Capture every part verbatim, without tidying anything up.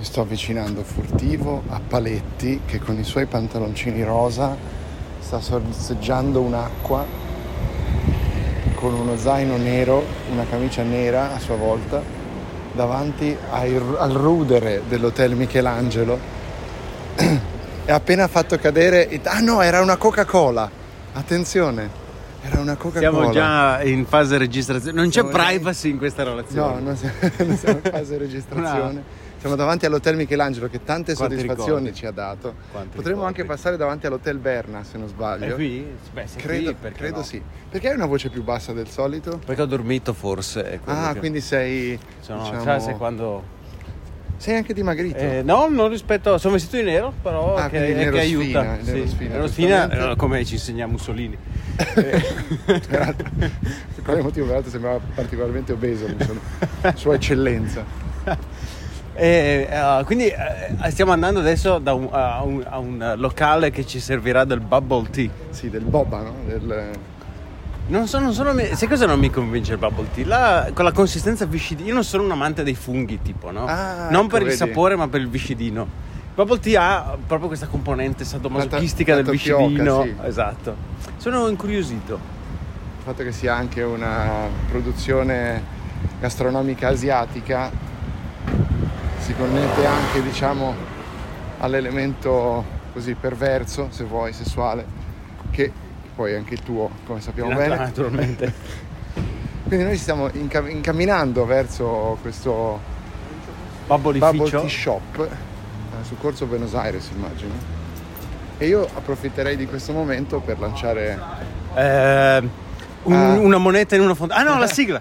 Mi sto avvicinando furtivo a Paletti, che con i suoi pantaloncini rosa sta sorseggiando un'acqua con uno zaino nero, una camicia nera a sua volta, davanti ai, al rudere dell'hotel Michelangelo. E ha appena fatto cadere... Ah no, era una Coca-Cola! Attenzione, era una Coca-Cola. Siamo già in fase registrazione. Non siamo c'è privacy in questa relazione. No, non siamo, non siamo in fase registrazione. No. Siamo davanti all'hotel Michelangelo, che tante Quanti soddisfazioni ricordi. ci ha dato. Quanti Potremmo ricordi. anche passare davanti all'hotel Berna, se non sbaglio. È qui? Beh, sei Credo, qui, perché credo no? sì. Perché hai una voce più bassa del solito? Perché ho dormito forse. È quello Ah, che... quindi sei... Sono, diciamo... sai, sai quando... Sei anche dimagrito? Eh, no, non rispetto... Sono vestito di nero, però Ah, che, quindi nero che sfina, aiuta. nero Sì, sfina, nero sfina, giustamente. eh, come ci insegna Mussolini. Per quale motivo? Peraltro sembrava particolarmente obeso, insomma. Sua eccellenza. E, uh, quindi uh, stiamo andando adesso da un, a, un, a un locale che ci servirà del bubble tea. Sì, del boba, no? Del... Non so, non sono, sai cosa non mi convince il bubble tea? La, con la consistenza viscidina. Io non sono un amante dei funghi, tipo, no? Ah, non ecco, per il vedi. sapore, ma per il viscidino. Il bubble tea ha proprio questa componente sadomasochistica La ta- del la tapioca, viscidino. sì. Esatto. Sono incuriosito. Il fatto che sia anche una produzione gastronomica asiatica si connette anche, diciamo, all'elemento così perverso, se vuoi, sessuale, che poi è anche il tuo, come sappiamo Nat- bene. Naturalmente. Quindi noi ci stiamo inca- incamminando verso questo Bubble bubble tea tea shop eh, su Corso Buenos Aires, immagino. E io approfitterei di questo momento per lanciare... Eh, un, Ah. Una moneta in una fonte. Ah no, la sigla!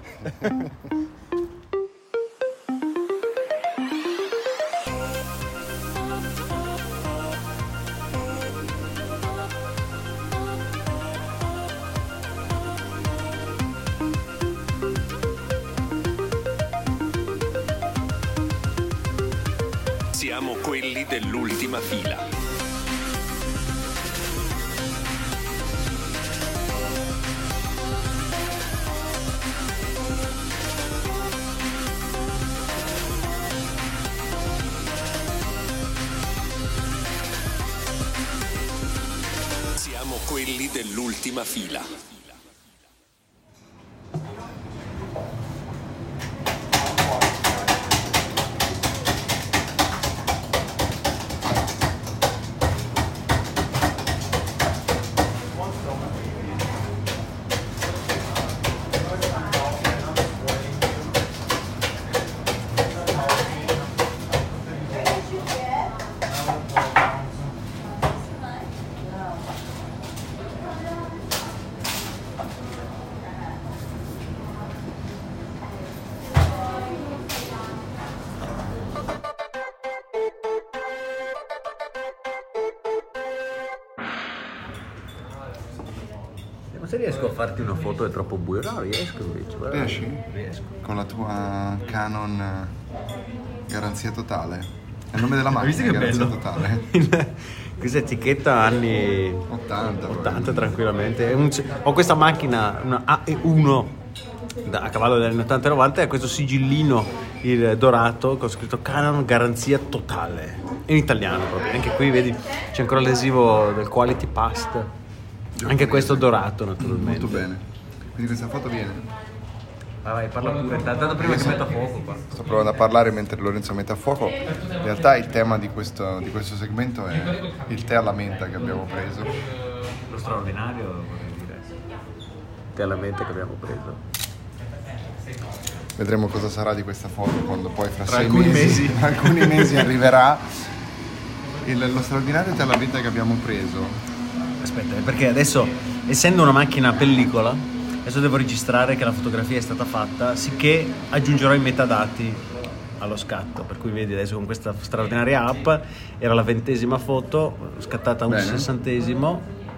Siamo quelli dell'ultima fila. Siamo quelli dell'ultima fila. Ma se riesco a farti una foto è troppo buio? No, riesco invece. guarda. Riesci? Riesco. Con la tua Canon eh, garanzia totale. È il nome della Hai visto macchina, che garanzia bello? totale. Questa etichetta anni ottanta. ottanta tranquillamente. È un- Ho questa macchina, una A E uno da- a cavallo degli anni ottanta e novanta, e questo sigillino il dorato con scritto Canon garanzia totale in italiano proprio. Anche qui vedi c'è ancora l'adesivo del Quality Past. Anche questo dorato naturalmente. Molto bene. Quindi questa foto viene. Vai vai, parla pure, tanto prima che metta a fuoco qua. Sto provando a parlare mentre Lorenzo mette a fuoco. In realtà il tema di questo, di questo segmento è il tè alla menta che abbiamo preso. Lo straordinario vorrei dire. Che alla mente che abbiamo preso. Vedremo cosa sarà di questa foto quando poi fra Tra sei alcuni mesi, mesi. tra alcuni mesi arriverà il, lo straordinario tè alla menta che abbiamo preso. Aspetta, perché adesso, essendo una macchina a pellicola, adesso devo registrare che la fotografia è stata fatta, sicché aggiungerò i metadati allo scatto. Per cui vedi adesso con questa straordinaria app, era la ventesima foto, scattata a un Bene. sessantesimo,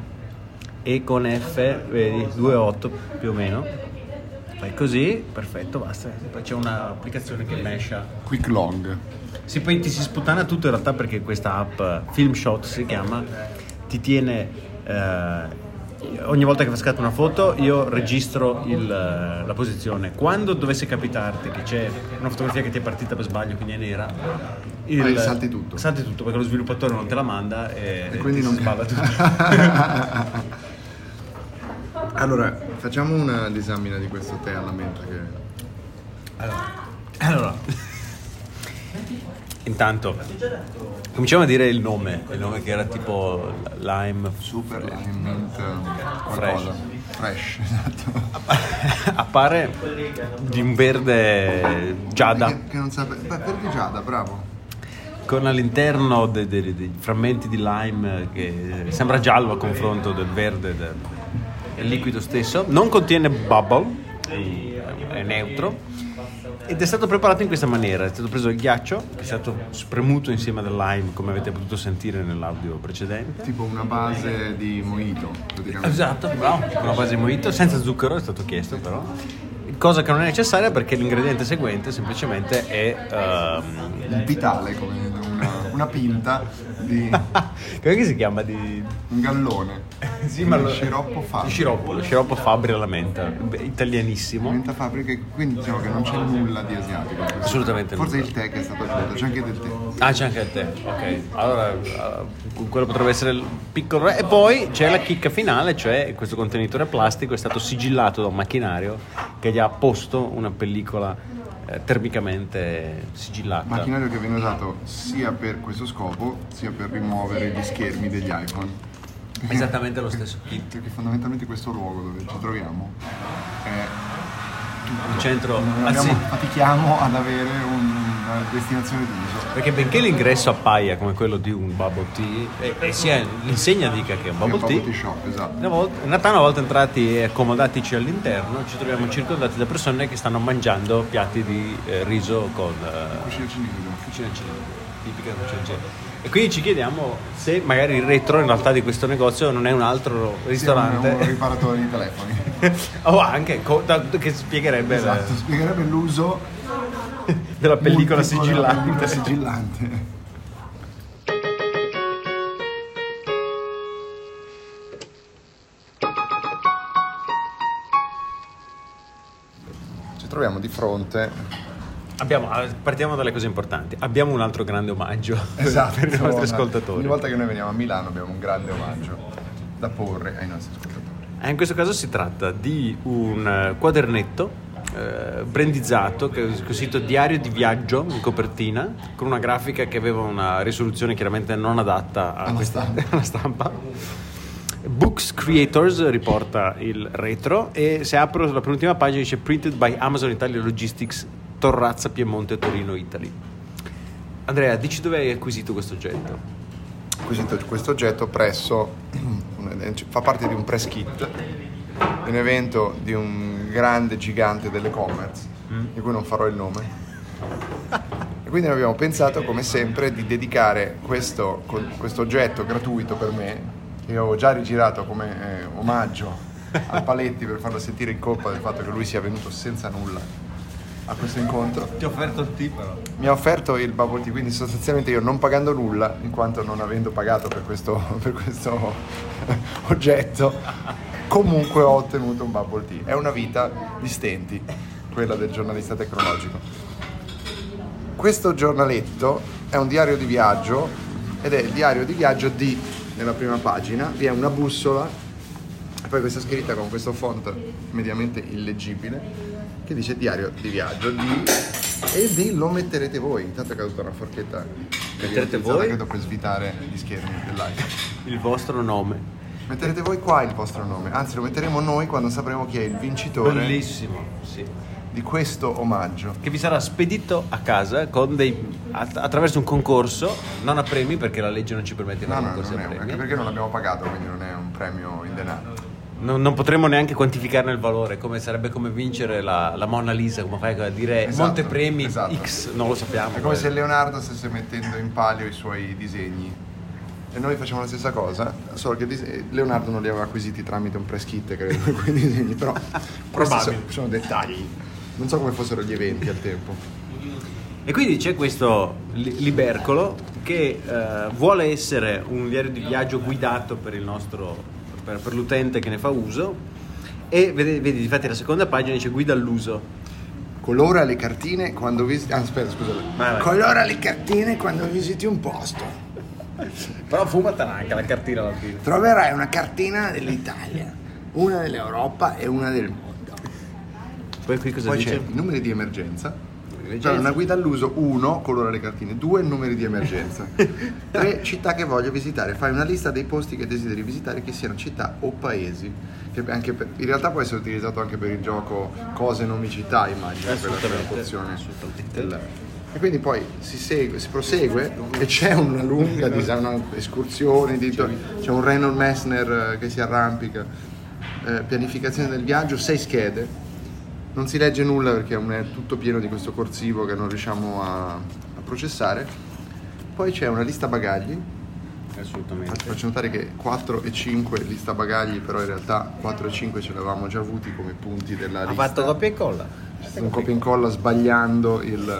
e con F, vedi, due virgola otto più o meno. Fai così, perfetto, basta. Poi c'è un'applicazione che mesha. Quick long. Sì, poi ti si sputtana tutto in realtà, perché questa app Filmshot si chiama, ti tiene eh, ogni volta che fa scattare una foto io registro il, la posizione. Quando dovesse capitarti che c'è una fotografia che ti è partita per sbaglio, quindi è nera, Il, ah, salti tutto. Salti tutto perché lo sviluppatore non te la manda e, e quindi ti non si sballa tutto. Allora, facciamo una disamina di questo tè alla menta che... Allora, allora. Intanto cominciamo a dire il nome, il nome che era tipo lime super lime mint fresh. Fresh, esatto. Appare di un verde giada. Che, che non sape... Beh, verde giada, bravo. Con all'interno dei, dei, dei frammenti di lime che sembra giallo a confronto del verde del, del liquido stesso. Non contiene bubble, è neutro. Ed è stato preparato in questa maniera: è stato preso il ghiaccio, che è stato spremuto insieme al lime, come avete potuto sentire nell'audio precedente. Tipo una base di mojito, praticamente. Esatto, bravo, una base di mojito, senza zucchero, è stato chiesto però. Cosa che non è necessaria perché l'ingrediente seguente semplicemente è... Um... il vitale, come una, una pinta di... Come si chiama? Di... un gallone. Sì, ma lo... sciroppo Fabri. Il sciroppo, lo sciroppo Fabri alla menta, italianissimo. Menta Fabri, che quindi diciamo che non c'è nulla di asiatico. Assolutamente Forse nulla. il tè che è stato aggiunto, c'è anche del tè. Ah, c'è anche il tè, ok. Allora, uh, quello potrebbe essere il piccolo... E poi c'è la chicca finale, cioè questo contenitore plastico è stato sigillato da un macchinario che gli ha posto una pellicola eh, termicamente sigillata. Macchinario che viene usato sia per questo scopo, sia per rimuovere gli schermi degli iPhone. Esattamente lo stesso kit. Perché fondamentalmente questo luogo dove ci troviamo è il centro. non ah, abbiamo, sì. fatichiamo ad avere un, una destinazione d'uso. Perché benché l'ingresso appaia come quello di un bubble tea e, e sia l'insegna dica che è un bubble, è un tea, bubble tea shop, esatto. Una volta, in realtà una volta entrati e accomodatici all'interno ci troviamo circondati da persone che stanno mangiando piatti di eh, riso con eh, cucina cinese, cucina cinese, tipica cucina cinese. E quindi ci chiediamo se magari il retro in realtà di questo negozio non è un altro ristorante, sì, un, un riparatore di telefoni. O anche co- da, che spiegherebbe, esatto, le... spiegherebbe l'uso della pellicola multiplo sigillante. della pellicola sigillante. Ci troviamo di fronte. Abbiamo, partiamo dalle cose importanti. Abbiamo un altro grande omaggio esatto, per i nostri ascoltatori. Ogni volta che noi veniamo a Milano abbiamo un grande omaggio da porre ai nostri ascoltatori. Eh, in questo caso si tratta di un quadernetto eh, brandizzato che è scritto diario di viaggio in copertina, con una grafica che aveva una risoluzione chiaramente non adatta a alla questa, stampa. alla stampa. Books Creators riporta il retro e se apro la penultima pagina dice Printed by Amazon Italia Logistics, Torrazza, Piemonte, Torino, Italy. Andrea, dici dove hai acquisito questo oggetto? Ho acquisito questo oggetto presso, fa parte di un press kit, di un evento di un grande gigante dell'e-commerce, mm. di cui non farò il nome. E quindi abbiamo pensato, come sempre, di dedicare questo, questo oggetto gratuito per me, che ho già rigirato come eh, omaggio al Paletti per farlo sentire in colpa del fatto che lui sia venuto senza nulla a questo incontro. Ti ho offerto il tip però. Mi ha offerto il bubble tea, quindi sostanzialmente io non pagando nulla, in quanto non avendo pagato per questo, per questo oggetto, comunque ho ottenuto un bubble tea. È una vita di stenti, quella del giornalista tecnologico. Questo giornaletto è un diario di viaggio ed è il diario di viaggio di, nella prima pagina, vi è una bussola e poi questa scritta con questo font mediamente illeggibile che dice diario di viaggio di, e di lo metterete voi. Intanto è caduta una forchetta metterete voi? Credo per svitare gli schermi dell'iPhone. Il vostro nome. Metterete voi qua il vostro nome, anzi lo metteremo noi quando sapremo chi è il vincitore. Bellissimo, sì. Di questo omaggio che vi sarà spedito a casa con dei, attraverso un concorso, non a premi perché la legge non ci permette di fare no, no, concorsi non a è, premi. anche perché non l'abbiamo pagato, quindi non è un premio in denaro. Non, non potremmo neanche quantificarne il valore, come sarebbe come vincere la, la Mona Lisa, come fai a dire esatto, montepremi esatto. X, non lo sappiamo. È come se Leonardo stesse mettendo in palio i suoi disegni e noi facciamo la stessa cosa, solo che dise- Leonardo non li aveva acquisiti tramite un press kit, credo, quei disegni, però questi sono, sono dettagli, non so come fossero gli eventi al tempo. E quindi c'è questo li- libercolo che eh, vuole essere un diario di viaggio guidato per il nostro Per, per l'utente che ne fa uso e vedi, vedi difatti la seconda pagina dice guida all'uso. colora le cartine quando visiti... Ah, aspetta, scusa. Vai, vai. Colora le cartine quando visiti un posto. Però fumatela anche la cartina alla fine. Troverai una cartina dell'Italia, una dell'Europa e una del mondo. Poi qui cosa Poi dice? c'è i numeri di emergenza. Emergenza. Cioè, una guida all'uso, uno, colora le cartine, due, numeri di emergenza, tre, città che voglio visitare. Fai una lista dei posti che desideri visitare, che siano città o paesi. Che anche per, in realtà può essere utilizzato anche per il gioco cose, nomi, città, immagino, per la traduzione. Del, e quindi poi si, segue, si prosegue e c'è una lunga una escursione, di, c'è un Reynold Messner che si arrampica, eh, pianificazione del viaggio, sei schede. Non si legge nulla perché è tutto pieno di questo corsivo che non riusciamo a, a processare. Poi c'è una lista bagagli. Assolutamente. Faccio notare che quattro e cinque lista bagagli, però in realtà quattro e cinque ce l'avevamo già avuti come punti della Ha lista. fatto copia e incolla. C'è stato un copia e incolla sbagliando il,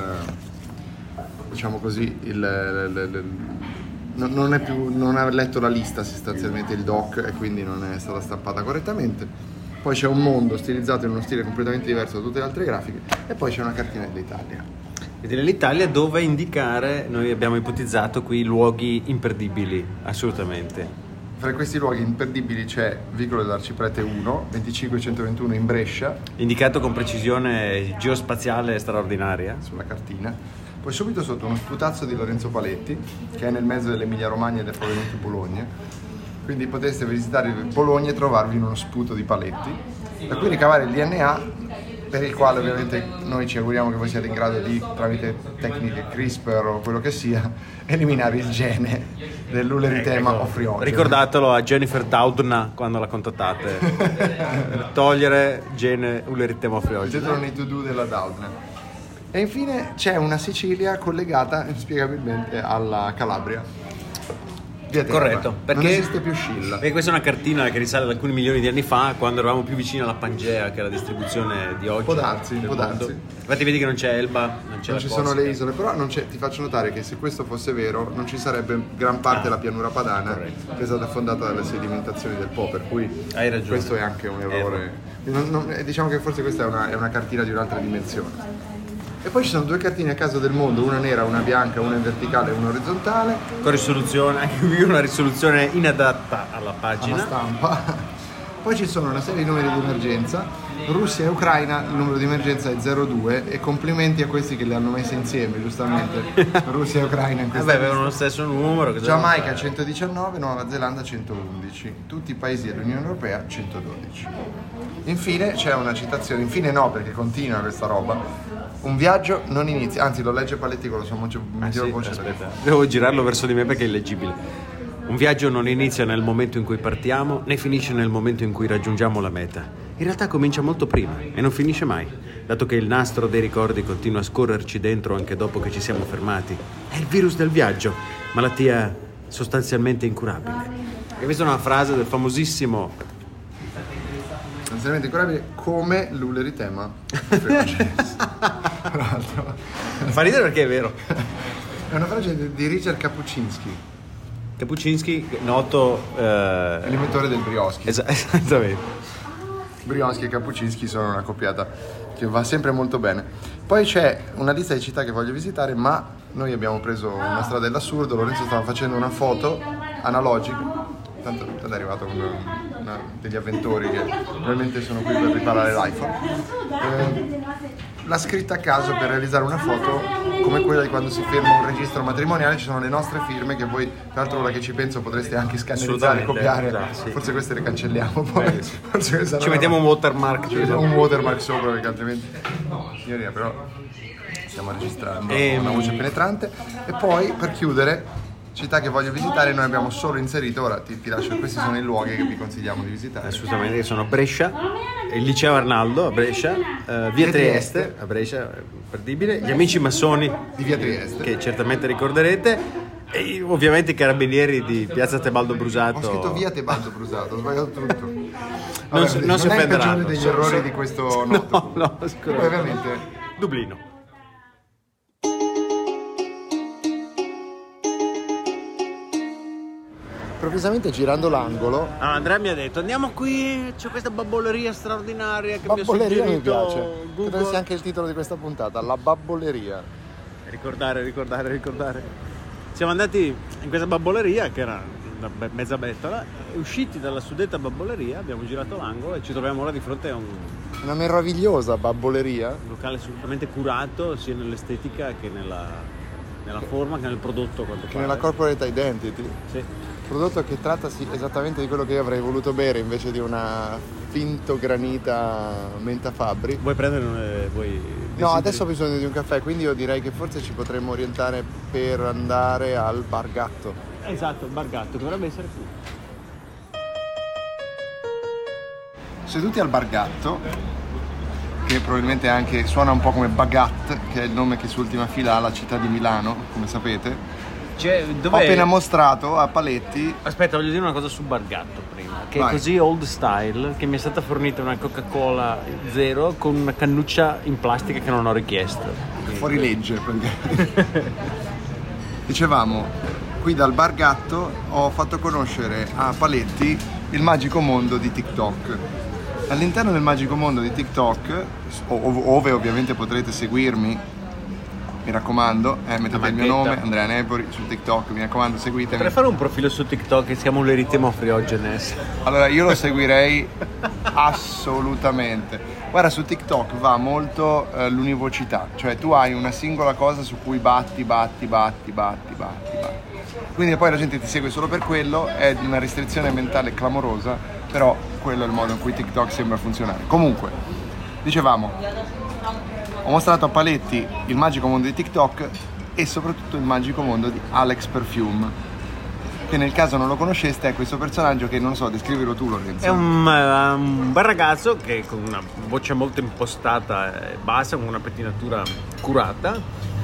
diciamo così, il, il, il, il non, non, è più, non ha letto la lista sostanzialmente il doc e quindi non è stata stampata correttamente. Poi c'è un mondo stilizzato in uno stile completamente diverso da tutte le altre grafiche e poi c'è una cartina dell'Italia. E dell'Italia dove indicare, noi abbiamo ipotizzato qui luoghi imperdibili, assolutamente. Fra questi luoghi imperdibili c'è Vicolo dell'Arciprete uno, venticinquecentoventuno in Brescia. Indicato con precisione geospaziale straordinaria. Sulla cartina. Poi subito sotto uno sputazzo di Lorenzo Paletti, che è nel mezzo dell'Emilia Romagna ed è proveniente da Bologna. Quindi poteste visitare Bologna e trovarvi in uno sputo di Paletti, da cui ricavare il D N A, per il quale ovviamente noi ci auguriamo che voi siate in grado di, tramite tecniche CRISPR o quello che sia, eliminare il gene dell'uleritema ecco, o friogeno. Ricordatelo a Jennifer Doudna quando la contattate. Togliere gene uleritema o friogeno. Mettetelo nei to-do della Doudna. E infine c'è una Sicilia collegata inspiegabilmente alla Calabria. Corretto, perché non esiste più Scilla. Perché questa è una cartina che risale ad alcuni milioni di anni fa, quando eravamo più vicini alla Pangea, che è la distribuzione di oggi. Può darsi, del può mondo. darsi. Infatti vedi che non c'è Elba, non c'è non la ci Corsica. sono le isole, però non c'è, ti faccio notare che se questo fosse vero non ci sarebbe gran parte Ah, della pianura padana, corretto. che è stata fondata dalle sedimentazioni del Po, per cui Hai ragione. questo è anche un errore. Non, non, diciamo che forse questa è una, è una cartina di un'altra dimensione. E poi ci sono due cartine a caso del mondo, una nera, una bianca, una in verticale e una orizzontale. Con risoluzione, anche qui una risoluzione inadatta alla pagina. Alla stampa. Poi ci sono una serie di numeri di emergenza. Russia e Ucraina, il numero di emergenza è zero due e complimenti a questi che le hanno messe insieme, giustamente. Russia e Ucraina in questa Vabbè, lista. avevano lo stesso numero. Cosa Giamaica centodiciannove, Nuova Zelanda centoundici, tutti i paesi dell'Unione Europea centododici. Infine c'è una citazione, infine no perché continua questa roba. Un viaggio non inizia, anzi lo legge Paletti con la sua voce, Ah, sì, voce aspetta, devo girarlo verso di me perché è illeggibile. Un viaggio non inizia nel momento in cui partiamo, né finisce nel momento in cui raggiungiamo la meta. In realtà comincia molto prima e non finisce mai, dato che il nastro dei ricordi continua a scorrerci dentro anche dopo che ci siamo fermati. È il virus del viaggio, malattia sostanzialmente incurabile. E questa è una frase del famosissimo... Sostanzialmente incurabile come l'uleritema. Tra l'altro. Fa ridere perché è vero. È una frase di- di Richard Kapuscinski, Kapuscinski, noto... Eh... l'inventore del brioschi. es- esattamente. Brioschi e Kapuscinski sono una coppiata che va sempre molto bene. Poi c'è una lista di città che voglio visitare, ma noi abbiamo preso una strada dell'assurdo. Lorenzo stava facendo una foto analogica. Tanto è arrivato un, una, degli avventori che probabilmente sono qui per riparare l'iPhone. Eh, l'ha scritta a caso per realizzare una foto come quella di quando si firma un registro matrimoniale. Ci sono le nostre firme che voi, tra l'altro, ora che ci penso, potreste anche scannerizzare e Assolutamente, copiare. esatto, sì. Forse queste le cancelliamo poi. Beh, sì. Forse questa Ci non- mettiamo un watermark. ci mettiamo un watermark sopra perché altrimenti, signoria, però stiamo registrando Ehm. una voce penetrante. E poi per chiudere, città che voglio visitare, noi abbiamo solo inserito, ora ti, ti lascio, questi sono i luoghi che vi consigliamo di visitare. Assolutamente, che sono Brescia, il liceo Arnaldo a Brescia, eh, via Trieste a Brescia, perdibile, gli amici massoni Di via Trieste. che certamente ricorderete, e ovviamente i carabinieri di piazza Tebaldo Brusato. Ho scritto via Tebaldo Brusato, ho sbagliato tutto. Non si- non si è il peggiore offenderanno. degli So- errori so- di questo noto. No, no, scusa. Poi ovviamente Dublino. Per improvvisamente girando l'angolo. Allora, Andrea mi ha detto andiamo qui, c'è questa babboleria straordinaria che Babboleria mi ha mi piace. Google. Credo sia anche il titolo di questa puntata, la babboleria. Ricordare, ricordare, ricordare. Siamo andati in questa babboleria che era una be- mezza bettola, e usciti dalla suddetta babboleria abbiamo girato l'angolo e ci troviamo ora di fronte a un Una meravigliosa babboleria. un locale assolutamente curato sia nell'estetica che nella, nella forma che nel prodotto, a quanto Che pare. nella corporate identity. Sì. Prodotto che trattasi esattamente di quello che io avrei voluto bere invece di una finto granita menta Fabbri. Vuoi prendere un, eh, vuoi No, adesso ho bisogno di un caffè, quindi io direi che forse ci potremmo orientare per andare al Bar Gatto. Esatto, il Bar Gatto, che dovrebbe essere qui. Seduti al Bar Gatto, che probabilmente anche suona un po' come Bagat, che è il nome che su Ultima Fila ha la città di Milano, come sapete. Cioè, Ho dov'è? appena mostrato a Paletti. Aspetta, voglio dire una cosa su Bar Gatto prima, che Vai. è così old style che mi è stata fornita una Coca-Cola zero con una cannuccia in plastica che non ho richiesto. Fuori legge, perché dicevamo, qui dal Bar Gatto ho fatto conoscere a Paletti il magico mondo di TikTok. All'interno del magico mondo di TikTok, ov- ove ovviamente potrete seguirmi, mi raccomando, eh, mettete il mio maglietta. nome, Andrea Nepori, su TikTok, mi raccomando, seguitemi. Potrei fare un profilo su TikTok che si chiama L'Eritema Friogenes. Allora, io lo seguirei assolutamente. Guarda, su TikTok va molto eh, l'univocità, cioè tu hai una singola cosa su cui batti, batti, batti, batti, batti, batti. Quindi poi la gente ti segue solo per quello, è di una restrizione mentale clamorosa, però quello è il modo in cui TikTok sembra funzionare. Comunque, dicevamo, ho mostrato a Paletti il magico mondo di TikTok e soprattutto il magico mondo di Alex Perfume, che nel caso non lo conosceste è questo personaggio che non so, descriverlo tu, Lorenzo. È un, eh, un bel ragazzo che con una voce molto impostata e bassa, con una pettinatura curata,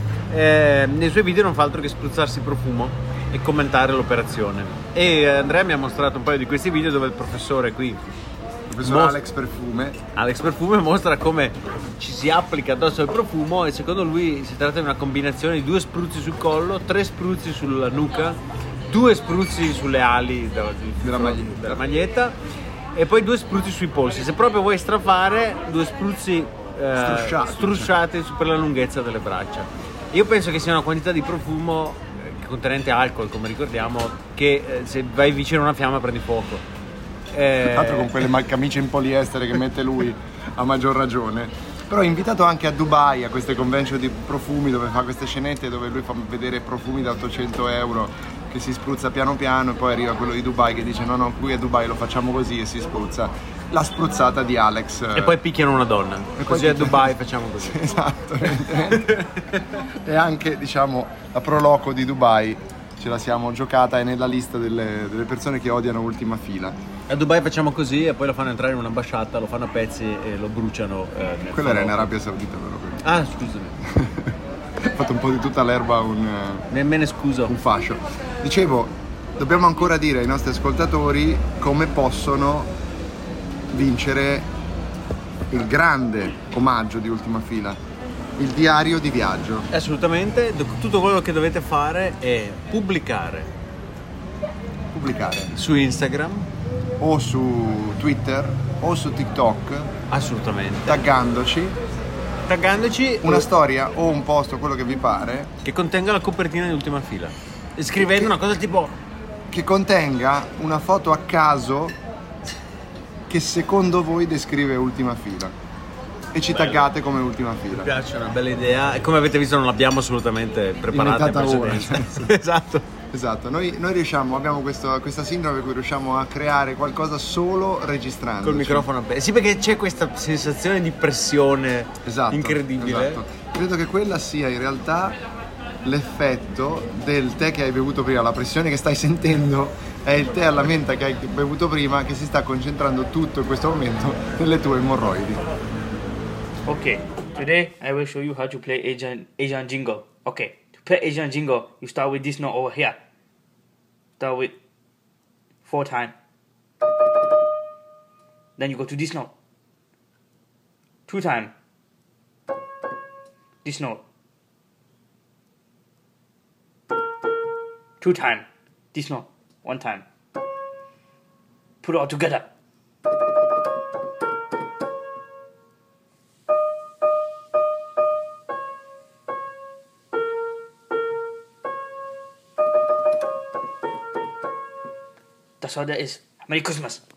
eh, nei suoi video non fa altro che spruzzarsi profumo e commentare l'operazione. E Andrea mi ha mostrato un paio di questi video dove il professore qui, Il professor Mos- Alex Perfume. Alex Perfume, mostra come ci si applica addosso il profumo e secondo lui si tratta di una combinazione di due spruzzi sul collo, tre spruzzi sulla nuca, due spruzzi sulle ali della, Della maglietta. della maglietta e poi due spruzzi sui polsi. Se proprio vuoi strafare, due spruzzi eh, Strusciati, strusciati su- per la lunghezza delle braccia. Io penso che sia una quantità di profumo eh, contenente alcol, come ricordiamo, che eh, se vai vicino a una fiamma prendi fuoco. Eh, Tra l'altro con quelle mal- camicie in poliestere che mette lui, a maggior ragione. Però è invitato anche a Dubai, a queste convention di profumi dove fa queste scenette dove lui fa vedere profumi da ottocento euro che si spruzza piano piano e poi arriva quello di Dubai che dice no no, qui a Dubai lo facciamo così e si spruzza. La spruzzata di Alex. E poi picchiano una donna. E Così poi a picchiano- Dubai facciamo così. Esatto, evidentemente. E anche, diciamo, la proloco di Dubai ce la siamo giocata, è nella lista delle, delle persone che odiano Ultima Fila. A Dubai facciamo così e poi lo fanno entrare in un'ambasciata, lo fanno a pezzi e lo bruciano. Eh, nel Quello era in falò. Arabia Saudita, però. quello. Ah, scusami. Ho fatto un po' di tutta l'erba un, eh, Me, me ne scuso. un fascio. Dicevo, dobbiamo ancora dire ai nostri ascoltatori come possono vincere il grande omaggio di Ultima Fila, il diario di viaggio. Assolutamente, do- tutto quello che dovete fare è pubblicare Pubblicare su Instagram, o su Twitter o su TikTok, assolutamente, taggandoci taggandoci una storia o un post o quello che vi pare che contenga la copertina di Ultima Fila. E scrivendo una cosa tipo che contenga una foto a caso che secondo voi descrive Ultima Fila e ci Bello. taggate come Ultima Fila. mi piace, una bella idea e come avete visto non l'abbiamo assolutamente preparata in Inventata ora, precedenza. cioè. Esatto. Esatto, noi, noi riusciamo, abbiamo questo, questa sindrome per cui riusciamo a creare qualcosa solo registrando. Col microfono aperto. Sì, perché c'è questa sensazione di pressione Esatto, incredibile. esatto. Credo che quella sia in realtà l'effetto del tè che hai bevuto prima, la pressione che stai sentendo è il tè alla menta che hai bevuto prima che si sta concentrando tutto in questo momento nelle tue emorroidi. Okay, today I will show you how to play Asian Asian jingle. Okay, to play Asian jingle, you start with this note over here. Start with four time. Then you go to this note. Two time. This note. Two time. This note. One time. put it all together. That's all there is. Merry Christmas.